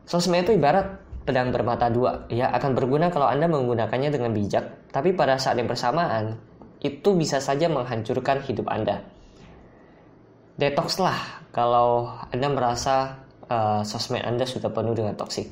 Sosmed itu ibarat pedang bermata dua, ya, akan berguna kalau Anda menggunakannya dengan bijak, tapi pada saat yang bersamaan, itu bisa saja menghancurkan hidup Anda. Detox lah kalau Anda merasa sosmed Anda sudah penuh dengan toksik.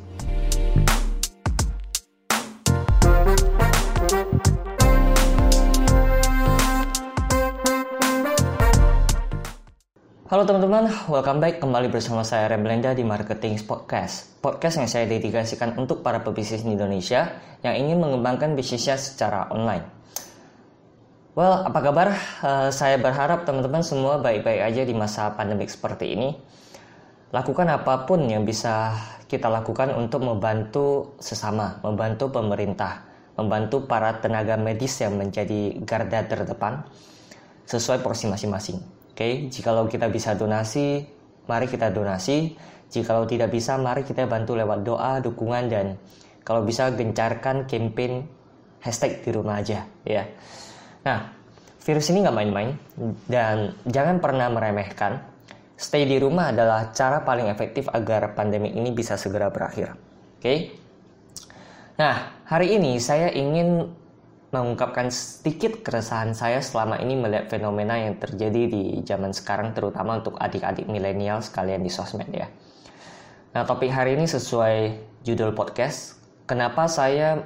Halo teman-teman, welcome back kembali bersama saya Remblenda di Marketing Podcast. Podcast yang saya dedikasikan untuk para pebisnis di Indonesia yang ingin mengembangkan bisnisnya secara online. Well, apa kabar? Saya berharap teman-teman semua baik-baik aja di masa pandemik seperti ini. Lakukan apapun yang bisa kita lakukan untuk membantu sesama, membantu pemerintah, membantu para tenaga medis yang menjadi garda terdepan sesuai porsi masing-masing. Oke, jikalau kita bisa donasi, mari kita donasi. Jikalau tidak bisa, mari kita bantu lewat doa, dukungan, dan kalau bisa gencarkan campaign hashtag di rumah aja, ya. Nah, virus ini nggak main-main, dan jangan pernah meremehkan. Stay di rumah adalah cara paling efektif agar pandemi ini bisa segera berakhir. Oke? Nah, hari ini saya ingin mengungkapkan sedikit keresahan saya selama ini melihat fenomena yang terjadi di zaman sekarang, terutama untuk adik-adik milenial sekalian di sosmed, ya. Nah, topik hari ini sesuai judul podcast, kenapa saya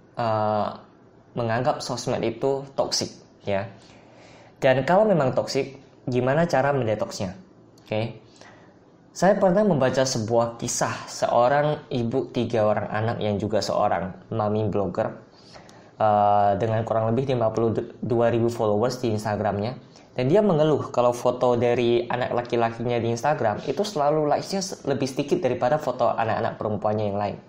menganggap sosmed itu toksik, ya. Dan kalau memang toksik, gimana cara mendetoksnya? Oke. Saya pernah membaca sebuah kisah seorang ibu 3 orang anak yang juga seorang mami blogger dengan kurang lebih 52.000 followers di Instagramnya, dan dia mengeluh kalau foto dari anak laki-lakinya di Instagram itu selalu likes-nya lebih sedikit daripada foto anak-anak perempuannya yang lain.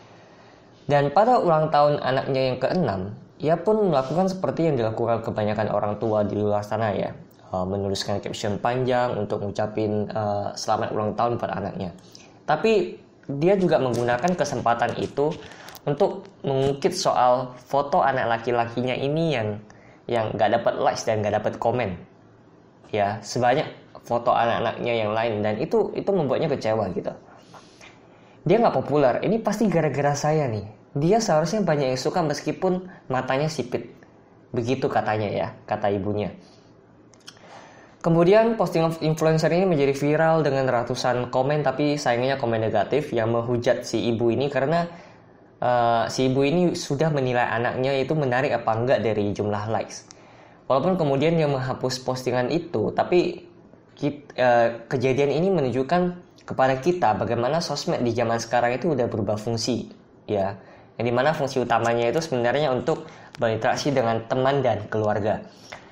Dan pada ulang tahun anaknya yang ke-6, ia pun melakukan seperti yang dilakukan kebanyakan orang tua di luar sana, ya, menuliskan caption panjang untuk ngucapin selamat ulang tahun pada anaknya. Tapi dia juga menggunakan kesempatan itu untuk mengungkit soal foto anak laki-lakinya ini yang nggak dapat likes dan nggak dapat komen, ya, sebanyak foto anak-anaknya yang lain, dan itu membuatnya kecewa gitu. Dia nggak populer, ini pasti gara-gara saya nih. Dia seharusnya banyak yang suka meskipun matanya sipit, begitu katanya, ya, kata ibunya. Kemudian postingan influencer ini menjadi viral dengan ratusan komen, tapi sayangnya komen negatif yang menghujat si ibu ini karena si ibu ini sudah menilai anaknya itu menarik apa enggak dari jumlah likes. Walaupun kemudian dia menghapus postingan itu, tapi kejadian ini menunjukkan kepada kita bagaimana sosmed di zaman sekarang itu udah berubah fungsi, ya. Yang dimana fungsi utamanya itu sebenarnya untuk berinteraksi dengan teman dan keluarga.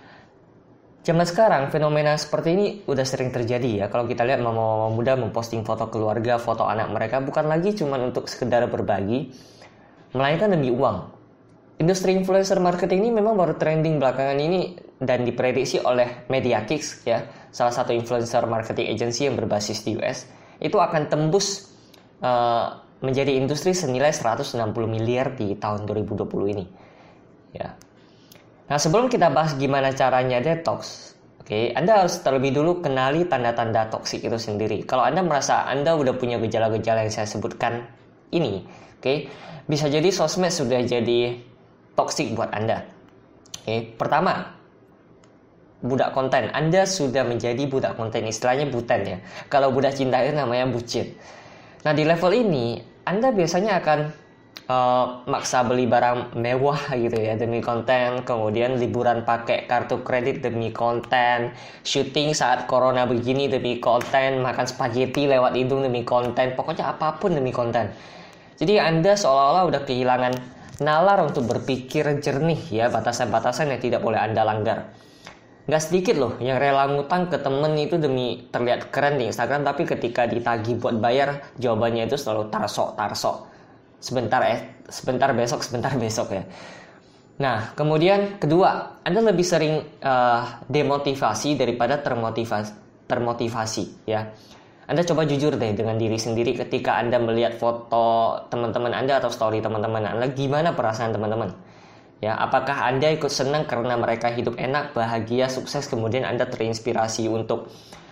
Zaman sekarang fenomena seperti ini udah sering terjadi, ya. Kalau kita lihat mama-mama muda memposting foto keluarga, foto anak mereka bukan lagi cuma untuk sekedar berbagi, melainkan demi uang. Industri influencer marketing ini memang baru trending belakangan ini dan diprediksi oleh MediaKicks, ya, salah satu influencer marketing agency yang berbasis di US, itu akan tembus menjadi industri senilai 160 miliar di tahun 2020 ini, ya. Nah, sebelum kita bahas gimana caranya detox, Anda harus terlebih dulu kenali tanda-tanda toksik itu sendiri. Kalau Anda merasa Anda udah punya gejala-gejala yang saya sebutkan ini, bisa jadi sosmed sudah jadi toksik buat Anda. Pertama, budak konten. Anda sudah menjadi budak konten, istilahnya buten, ya. Kalau budak cinta itu namanya bucin. Nah, di level ini Anda biasanya akan maksa beli barang mewah gitu, ya, demi konten, kemudian liburan pakai kartu kredit demi konten, syuting saat corona begini demi konten, makan spaghetti lewat hidung demi konten, pokoknya apapun demi konten. Jadi Anda seolah-olah udah kehilangan nalar untuk berpikir jernih, ya, batasan-batasan yang tidak boleh Anda langgar. Nggak sedikit loh yang rela ngutang ke temen itu demi terlihat keren di Instagram, tapi ketika ditagih buat bayar, jawabannya itu selalu tarso. Sebentar besok, ya. Nah, kemudian kedua, Anda lebih sering demotivasi daripada termotivasi, ya. Anda coba jujur deh dengan diri sendiri ketika Anda melihat foto teman-teman Anda atau story teman-teman Anda, gimana perasaan teman-teman? Ya, apakah Anda ikut senang karena mereka hidup enak, bahagia, sukses, kemudian Anda terinspirasi untuk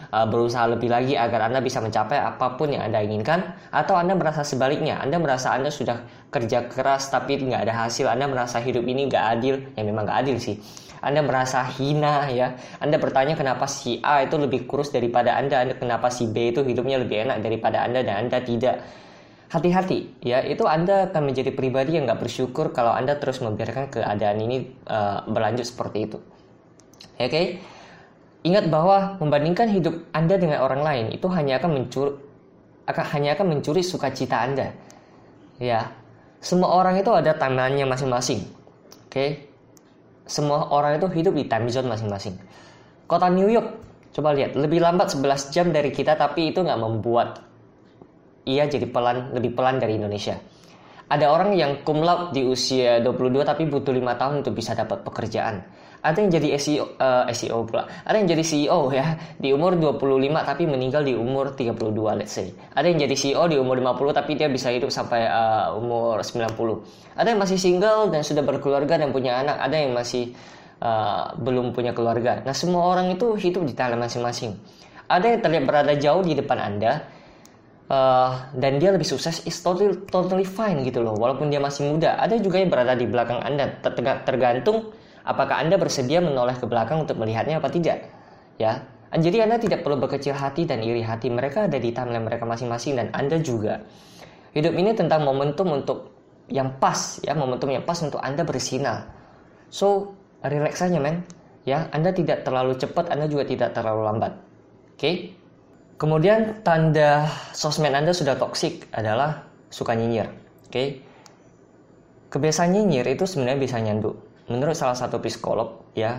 berusaha lebih lagi agar Anda bisa mencapai apapun yang Anda inginkan, atau Anda merasa sebaliknya, Anda merasa Anda sudah kerja keras tapi nggak ada hasil, Anda merasa hidup ini nggak adil, ya memang nggak adil sih. Anda merasa hina ya, Anda bertanya kenapa si A itu lebih kurus daripada Anda, kenapa si B itu hidupnya lebih enak daripada Anda dan Anda tidak. Hati-hati ya, itu Anda akan menjadi pribadi yang nggak bersyukur kalau Anda terus membiarkan keadaan ini berlanjut seperti itu. Oke? Ingat bahwa membandingkan hidup Anda dengan orang lain itu hanya akan mencuri sukacita Anda. Ya, semua orang itu ada timeline-nya masing-masing. Oke? Semua orang itu hidup di time zone masing-masing. Kota New York, coba lihat, lebih lambat 11 jam dari kita, tapi itu nggak membuat ia jadi lebih pelan dari Indonesia. Ada orang yang cum laude di usia 22 tapi butuh 5 tahun untuk bisa dapat pekerjaan. Ada yang jadi SEO pula. Ada yang jadi CEO ya di umur 25 tapi meninggal di umur 32 let's say. Ada yang jadi CEO di umur 50 tapi dia bisa hidup sampai umur 90. Ada yang masih single dan sudah berkeluarga dan punya anak. Ada yang masih belum punya keluarga. Nah, semua orang itu hidup di timeline masing-masing. Ada yang terlihat berada jauh di depan Anda dan dia lebih sukses, is totally fine gitu loh, walaupun dia masih muda. Ada juga yang berada di belakang Anda, tergantung apakah Anda bersedia menoleh ke belakang untuk melihatnya apa tidak, ya. Jadi Anda tidak perlu berkecil hati dan iri hati. Mereka ada di timeline mereka masing-masing dan Anda juga. Hidup ini tentang momentum untuk yang pas, ya, momentum yang pas untuk Anda bersinar. So, relax saja, men. Ya, Anda tidak terlalu cepat, Anda juga tidak terlalu lambat. Oke? Kemudian tanda sosmed Anda sudah toksik adalah suka nyinyir. Oke? Kebiasaan nyinyir itu sebenarnya bisa nyanduk. Menurut salah satu psikolog, ya,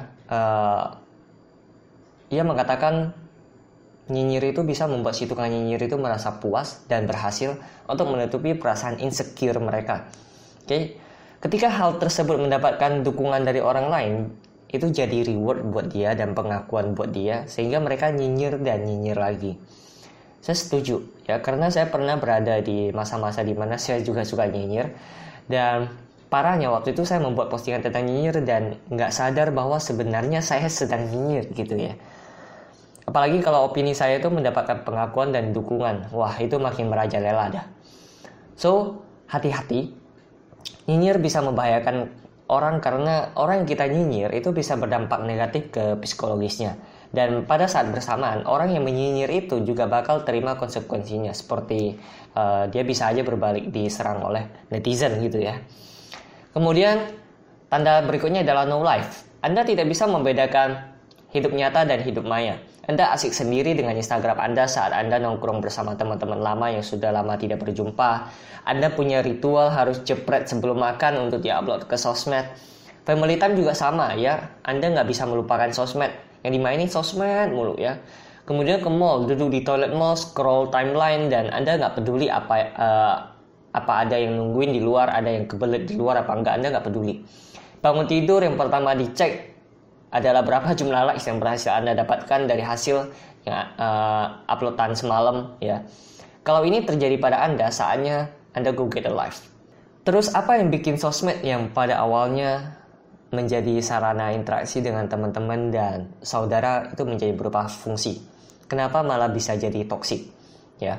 ia mengatakan nyinyir itu bisa membuat si tukang nyinyir itu merasa puas dan berhasil untuk menutupi perasaan insecure mereka. Oke? Ketika hal tersebut mendapatkan dukungan dari orang lain, itu jadi reward buat dia dan pengakuan buat dia, sehingga mereka nyinyir dan nyinyir lagi. Saya setuju, ya, karena saya pernah berada di masa-masa di mana saya juga suka nyinyir, dan parahnya waktu itu saya membuat postingan tentang nyinyir dan nggak sadar bahwa sebenarnya saya sedang nyinyir gitu ya. Apalagi kalau opini saya itu mendapatkan pengakuan dan dukungan, wah itu makin merajalela dah. So, hati-hati, nyinyir bisa membahayakan orang karena orang yang kita nyinyir itu bisa berdampak negatif ke psikologisnya. Dan pada saat bersamaan, orang yang menyinyir itu juga bakal terima konsekuensinya, seperti dia bisa aja berbalik diserang oleh netizen gitu ya. Kemudian tanda berikutnya adalah no life. Anda tidak bisa membedakan hidup nyata dan hidup maya. Anda asik sendiri dengan Instagram Anda saat Anda nongkrong bersama teman-teman lama yang sudah lama tidak berjumpa. Anda punya ritual harus jepret sebelum makan untuk diupload ke sosmed. Family time juga sama ya. Anda nggak bisa melupakan sosmed. Yang dimainin sosmed mulu ya. Kemudian ke mall, duduk di toilet mall, scroll timeline, dan Anda nggak peduli apa ada yang nungguin di luar, ada yang kebelet di luar apa enggak, Anda nggak peduli. Bangun tidur yang pertama dicek adalah berapa jumlah likes yang berhasil Anda dapatkan dari hasil uploadan semalam ya. Kalau ini terjadi pada Anda, saatnya Anda go get a life. Terus apa yang bikin sosmed yang pada awalnya menjadi sarana interaksi dengan teman-teman dan saudara itu menjadi berupa fungsi? Kenapa malah bisa jadi toksik? Ya.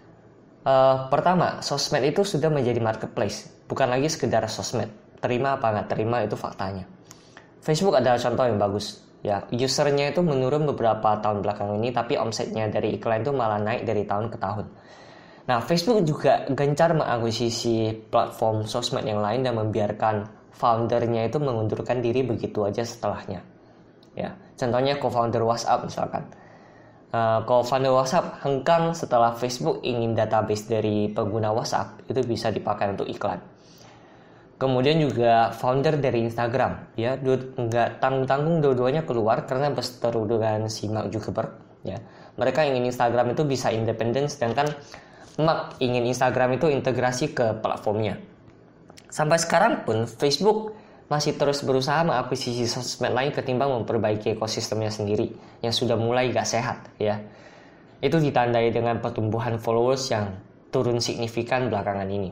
Pertama, sosmed itu sudah menjadi marketplace, bukan lagi sekedar sosmed. Terima apa nggak terima itu faktanya. Facebook adalah contoh yang bagus. Ya, usernya itu menurun beberapa tahun belakang ini, tapi omsetnya dari iklan itu malah naik dari tahun ke tahun. Nah, Facebook juga gencar mengakuisisi platform sosmed yang lain dan membiarkan foundernya itu mengundurkan diri begitu aja setelahnya. Ya, contohnya co-founder WhatsApp misalkan. Co-founder WhatsApp hengkang setelah Facebook ingin database dari pengguna WhatsApp itu bisa dipakai untuk iklan. Kemudian juga founder dari Instagram, ya, nggak tanggung-tanggung dua-duanya keluar karena berseteru dengan si Mark Zuckerberg. Ya, mereka ingin Instagram itu bisa independen, sedangkan Mark ingin Instagram itu integrasi ke platformnya. Sampai sekarang pun Facebook masih terus berusaha mengakuisisi sosmed lain ketimbang memperbaiki ekosistemnya sendiri yang sudah mulai gak sehat ya. Itu ditandai dengan pertumbuhan followers yang turun signifikan belakangan ini.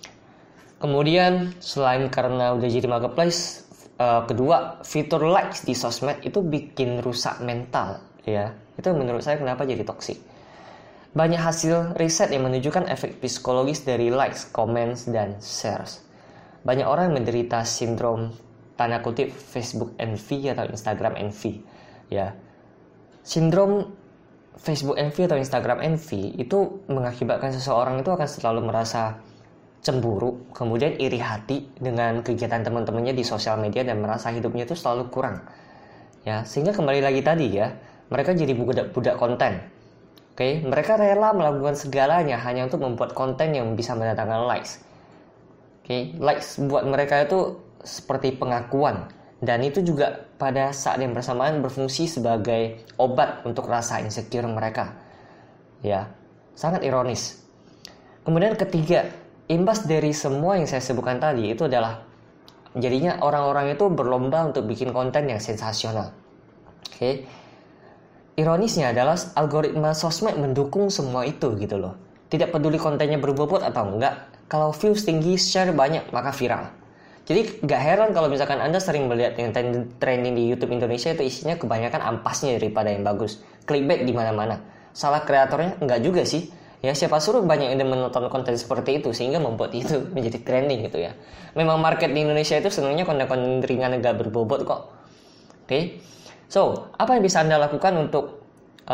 Kemudian selain karena udah jadi marketplace, kedua, fitur likes di sosmed itu bikin rusak mental ya. Itu menurut saya kenapa jadi toksik. Banyak hasil riset yang menunjukkan efek psikologis dari likes, comments, dan shares. Banyak orang yang menderita sindrom tanda kutip Facebook envy atau Instagram envy, ya. Sindrom Facebook envy atau Instagram envy itu mengakibatkan seseorang itu akan selalu merasa cemburu, kemudian iri hati dengan kegiatan teman-temannya di sosial media dan merasa hidupnya itu selalu kurang. Ya, sehingga kembali lagi tadi ya, mereka jadi budak konten. Oke, mereka rela melakukan segalanya hanya untuk membuat konten yang bisa mendatangkan likes. Oke, likes buat mereka itu seperti pengakuan, dan itu juga pada saat yang bersamaan berfungsi sebagai obat untuk rasa insecure mereka. Ya, sangat ironis. Kemudian ketiga, imbas dari semua yang saya sebutkan tadi itu adalah jadinya orang-orang itu berlomba untuk bikin konten yang sensasional. Oke. Ironisnya adalah algoritma sosmed mendukung semua itu gitu loh. Tidak peduli kontennya berbobot atau enggak, kalau views tinggi, share banyak, maka viral. Jadi gak heran kalau misalkan Anda sering melihat yang trending di YouTube Indonesia itu isinya kebanyakan ampasnya daripada yang bagus. Clickbait di mana-mana. Salah kreatornya? Enggak juga sih. Ya siapa suruh banyak yang menonton konten seperti itu sehingga membuat itu menjadi trending gitu ya. Memang market di Indonesia itu sebenarnya konten-konten ringan enggak berbobot kok. Oke. So, apa yang bisa Anda lakukan untuk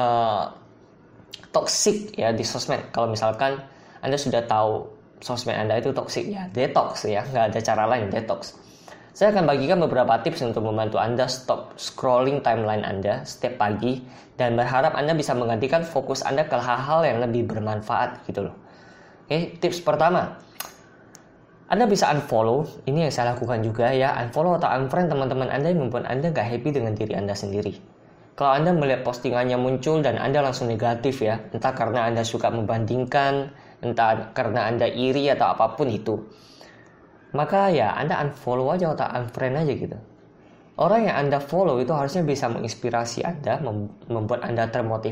toxic ya di sosmed? Kalau misalkan Anda sudah tahu sosmed Anda itu toxic ya, detox ya, nggak ada cara lain, detox. Saya akan bagikan beberapa tips untuk membantu Anda stop scrolling timeline Anda setiap pagi dan berharap Anda bisa menggantikan fokus Anda ke hal-hal yang lebih bermanfaat gitu loh. Oke, tips pertama, Anda bisa unfollow, ini yang saya lakukan juga ya, unfollow atau unfriend teman-teman Anda yang membuat Anda gak happy dengan diri Anda sendiri. Kalau Anda melihat postingannya muncul dan Anda langsung negatif ya, entah karena Anda suka membandingkan, entah karena Anda iri atau apapun itu, maka ya Anda unfollow aja atau unfriend aja gitu. Orang yang Anda follow itu harusnya bisa menginspirasi Anda, membuat Anda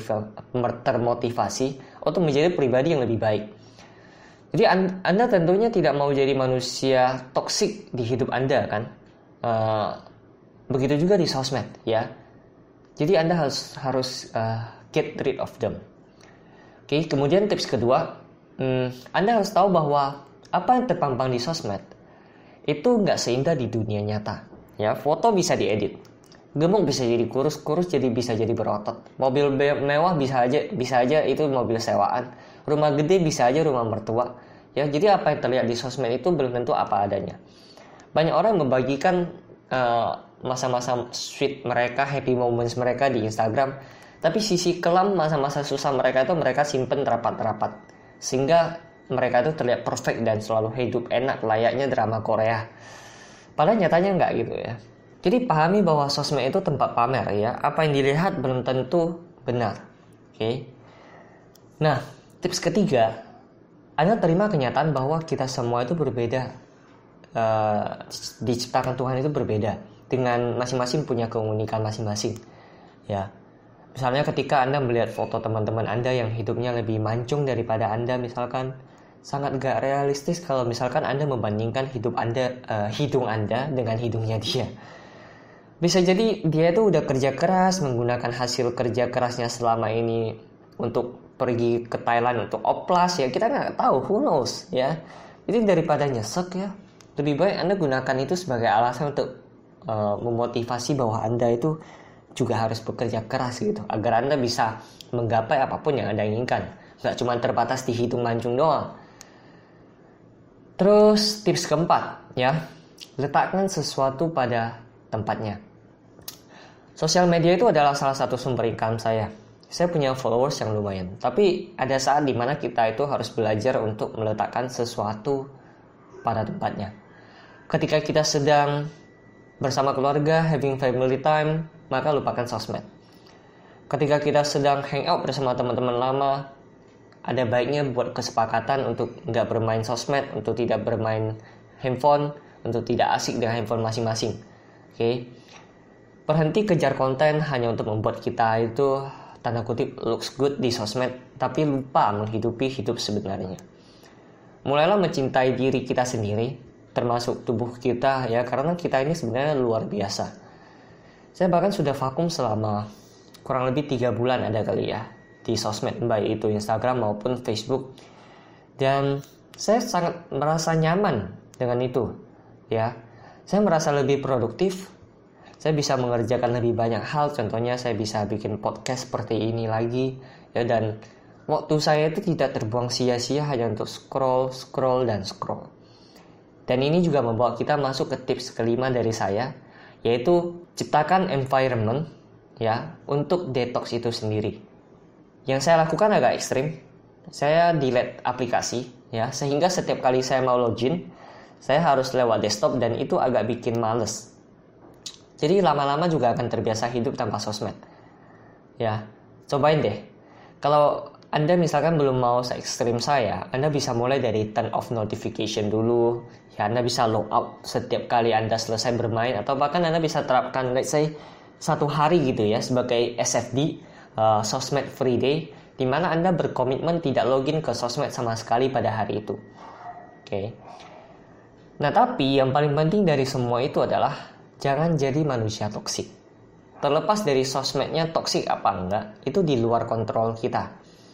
termotivasi untuk menjadi pribadi yang lebih baik. Jadi Anda tentunya tidak mau jadi manusia toksik di hidup Anda kan. Begitu juga di sosmed ya. Jadi Anda harus get rid of them. Oke, kemudian tips kedua, Anda harus tahu bahwa apa yang terpampang di sosmed itu nggak seindah di dunia nyata. Ya, foto bisa diedit, gemuk bisa jadi kurus, kurus bisa jadi berotot, mobil mewah bisa aja itu mobil sewaan. Rumah gede bisa aja rumah mertua. Ya, jadi apa yang terlihat di sosmed itu belum tentu apa adanya. Banyak orang membagikan masa-masa sweet mereka, happy moments mereka di Instagram, tapi sisi kelam masa-masa susah mereka itu mereka simpen rapat-rapat, sehingga mereka itu terlihat perfect dan selalu hidup enak layaknya drama Korea. Padahal nyatanya enggak gitu ya. Jadi pahami bahwa sosmed itu tempat pamer ya. Apa yang dilihat belum tentu benar. Oke. Nah, tips ketiga, Anda terima kenyataan bahwa kita semua itu berbeda. Diciptakan Tuhan itu berbeda, dengan masing-masing punya keunikan masing-masing. Ya. Misalnya ketika Anda melihat foto teman-teman Anda yang hidupnya lebih mancung daripada Anda misalkan, sangat gak realistis kalau misalkan Anda membandingkan hidung Anda dengan hidungnya dia. Bisa jadi dia itu udah kerja keras, menggunakan hasil kerja kerasnya selama ini untuk pergi ke Thailand untuk oplas ya, kita nggak tahu, who knows ya. Jadi daripada nyesek ya, lebih baik Anda gunakan itu sebagai alasan untuk memotivasi bahwa Anda itu juga harus bekerja keras gitu, agar Anda bisa menggapai apapun yang Anda inginkan, nggak cuma terbatas di hidung mancung doang. Terus tips keempat ya, letakkan sesuatu pada tempatnya. Sosial media itu adalah salah satu sumber income saya. Saya punya followers yang lumayan, tapi ada saat dimana kita itu harus belajar untuk meletakkan sesuatu pada tempatnya. Ketika kita sedang bersama keluarga, having family time, maka lupakan sosmed. Ketika kita sedang hangout bersama teman-teman lama, ada baiknya buat kesepakatan untuk nggak bermain sosmed, untuk tidak bermain handphone, untuk tidak asik dengan handphone masing-masing. Oke. Berhenti kejar konten hanya untuk membuat kita itu tanda kutip looks good di sosmed, tapi lupa menghidupi hidup sebenarnya. Mulailah mencintai diri kita sendiri, termasuk tubuh kita ya, karena kita ini sebenarnya luar biasa. Saya bahkan sudah vakum selama kurang lebih 3 bulan ada kali ya di sosmed, baik itu Instagram maupun Facebook. Dan saya sangat merasa nyaman dengan itu ya. Saya merasa lebih produktif, saya bisa mengerjakan lebih banyak hal. Contohnya saya bisa bikin podcast seperti ini lagi ya, dan waktu saya itu tidak terbuang sia-sia hanya untuk scroll. Dan ini juga membawa kita masuk ke tips kelima dari saya, yaitu ciptakan environment ya untuk detox itu sendiri. Yang saya lakukan agak ekstrim. Saya delete aplikasi ya, sehingga setiap kali saya mau login saya harus lewat desktop, dan itu agak bikin males. Jadi lama-lama juga akan terbiasa hidup tanpa sosmed. Ya, cobain deh. Kalau Anda misalkan belum mau se-ekstrim saya, Anda bisa mulai dari turn off notification dulu. Ya, Anda bisa log out setiap kali Anda selesai bermain, atau bahkan Anda bisa terapkan let's say 1 hari gitu ya sebagai SFD, sosmed free day, di mana Anda berkomitmen tidak login ke sosmed sama sekali pada hari itu. Oke. Nah, tapi yang paling penting dari semua itu adalah jangan jadi manusia toksik. Terlepas dari sosmednya toksik apa enggak, itu di luar kontrol kita.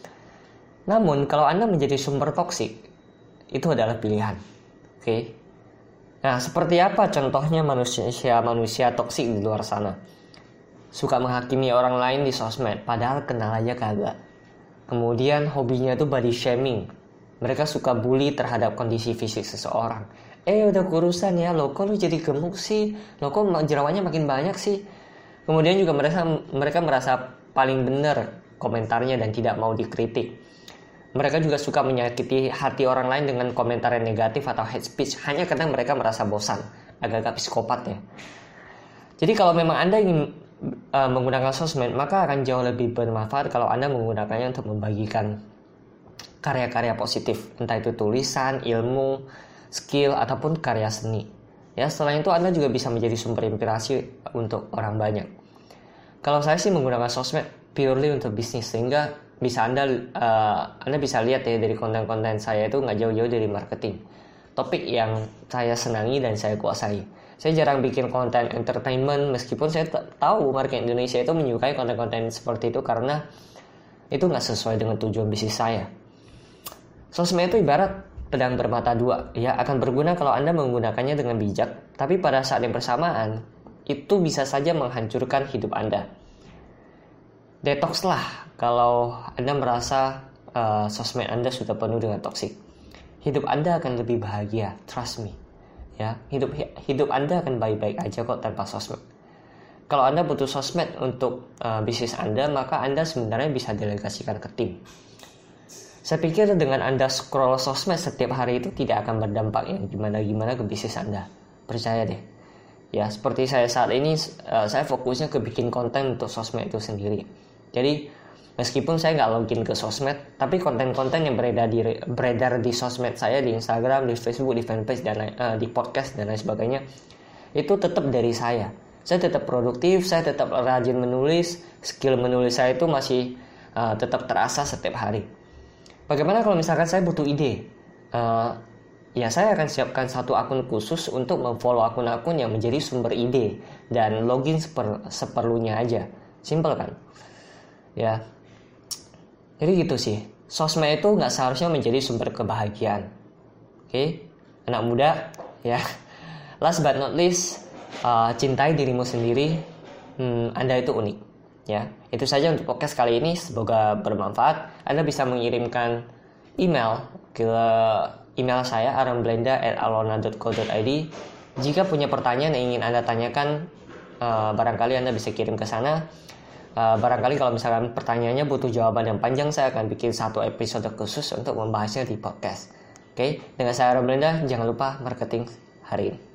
Namun, kalau Anda menjadi sumber toksik, itu adalah pilihan. Oke. Nah, seperti apa contohnya manusia toksik di luar sana? Suka menghakimi orang lain di sosmed, padahal kenal aja kagak. Kemudian hobinya itu body shaming. Mereka suka bully terhadap kondisi fisik seseorang. Udah kurusan ya, lo kok lo jadi gemuk sih? Lo kok jerawatnya makin banyak sih? Kemudian juga mereka merasa paling benar komentarnya dan tidak mau dikritik. Mereka juga suka menyakiti hati orang lain dengan komentar yang negatif atau hate speech hanya karena mereka merasa bosan. Agak-agak psikopat ya. Jadi kalau memang Anda ingin menggunakan sosmed, maka akan jauh lebih bermanfaat kalau Anda menggunakannya untuk membagikan karya-karya positif, entah itu tulisan, ilmu, skill, ataupun karya seni. Ya, setelah itu Anda juga bisa menjadi sumber inspirasi untuk orang banyak. Kalau saya sih menggunakan sosmed purely untuk bisnis, sehingga bisa Anda bisa lihat ya dari konten-konten saya itu nggak jauh-jauh dari marketing. Topik yang saya senangi dan saya kuasai. Saya jarang bikin konten entertainment, meskipun saya tahu market Indonesia itu menyukai konten-konten seperti itu karena itu nggak sesuai dengan tujuan bisnis saya. Sosmed itu ibarat pedang bermata dua, ya, akan berguna kalau Anda menggunakannya dengan bijak, tapi pada saat yang bersamaan, itu bisa saja menghancurkan hidup Anda. Detoxlah kalau Anda merasa sosmed Anda sudah penuh dengan toksik. Hidup Anda akan lebih bahagia, trust me. Ya, hidup Anda akan baik-baik aja kok tanpa sosmed. Kalau Anda butuh sosmed untuk bisnis Anda, maka Anda sebenarnya bisa delegasikan ke tim. Saya pikir dengan Anda scroll sosmed setiap hari itu tidak akan berdampak yang gimana-gimana ke bisnis Anda. Percaya deh. Ya, seperti saya saat ini, saya fokusnya ke bikin konten untuk sosmed itu sendiri. Jadi, meskipun saya nggak login ke sosmed, tapi konten-konten yang beredar di sosmed saya, di Instagram, di Facebook, di fanpage, dan di podcast, dan lain sebagainya, itu tetap dari saya. Saya tetap produktif, saya tetap rajin menulis, skill menulis saya itu masih tetap terasa setiap hari. Bagaimana kalau misalkan saya butuh ide? Ya, saya akan siapkan satu akun khusus untuk memfollow akun-akun yang menjadi sumber ide dan login seperlunya aja. Simple kan? Ya, jadi gitu sih. Sosmed itu nggak seharusnya menjadi sumber kebahagiaan. Oke, anak muda, ya. Last but not least, cintai dirimu sendiri. Anda itu unik. Ya, itu saja untuk podcast kali ini. Semoga bermanfaat. Anda bisa mengirimkan email ke email saya aramblenda@alona.co.id. Jika punya pertanyaan yang ingin Anda tanyakan, barangkali Anda bisa kirim ke sana. Barangkali kalau misalkan pertanyaannya butuh jawaban yang panjang, saya akan bikin satu episode khusus untuk membahasnya di podcast. Oke, dengan saya Aramblenda, jangan lupa marketing hari ini.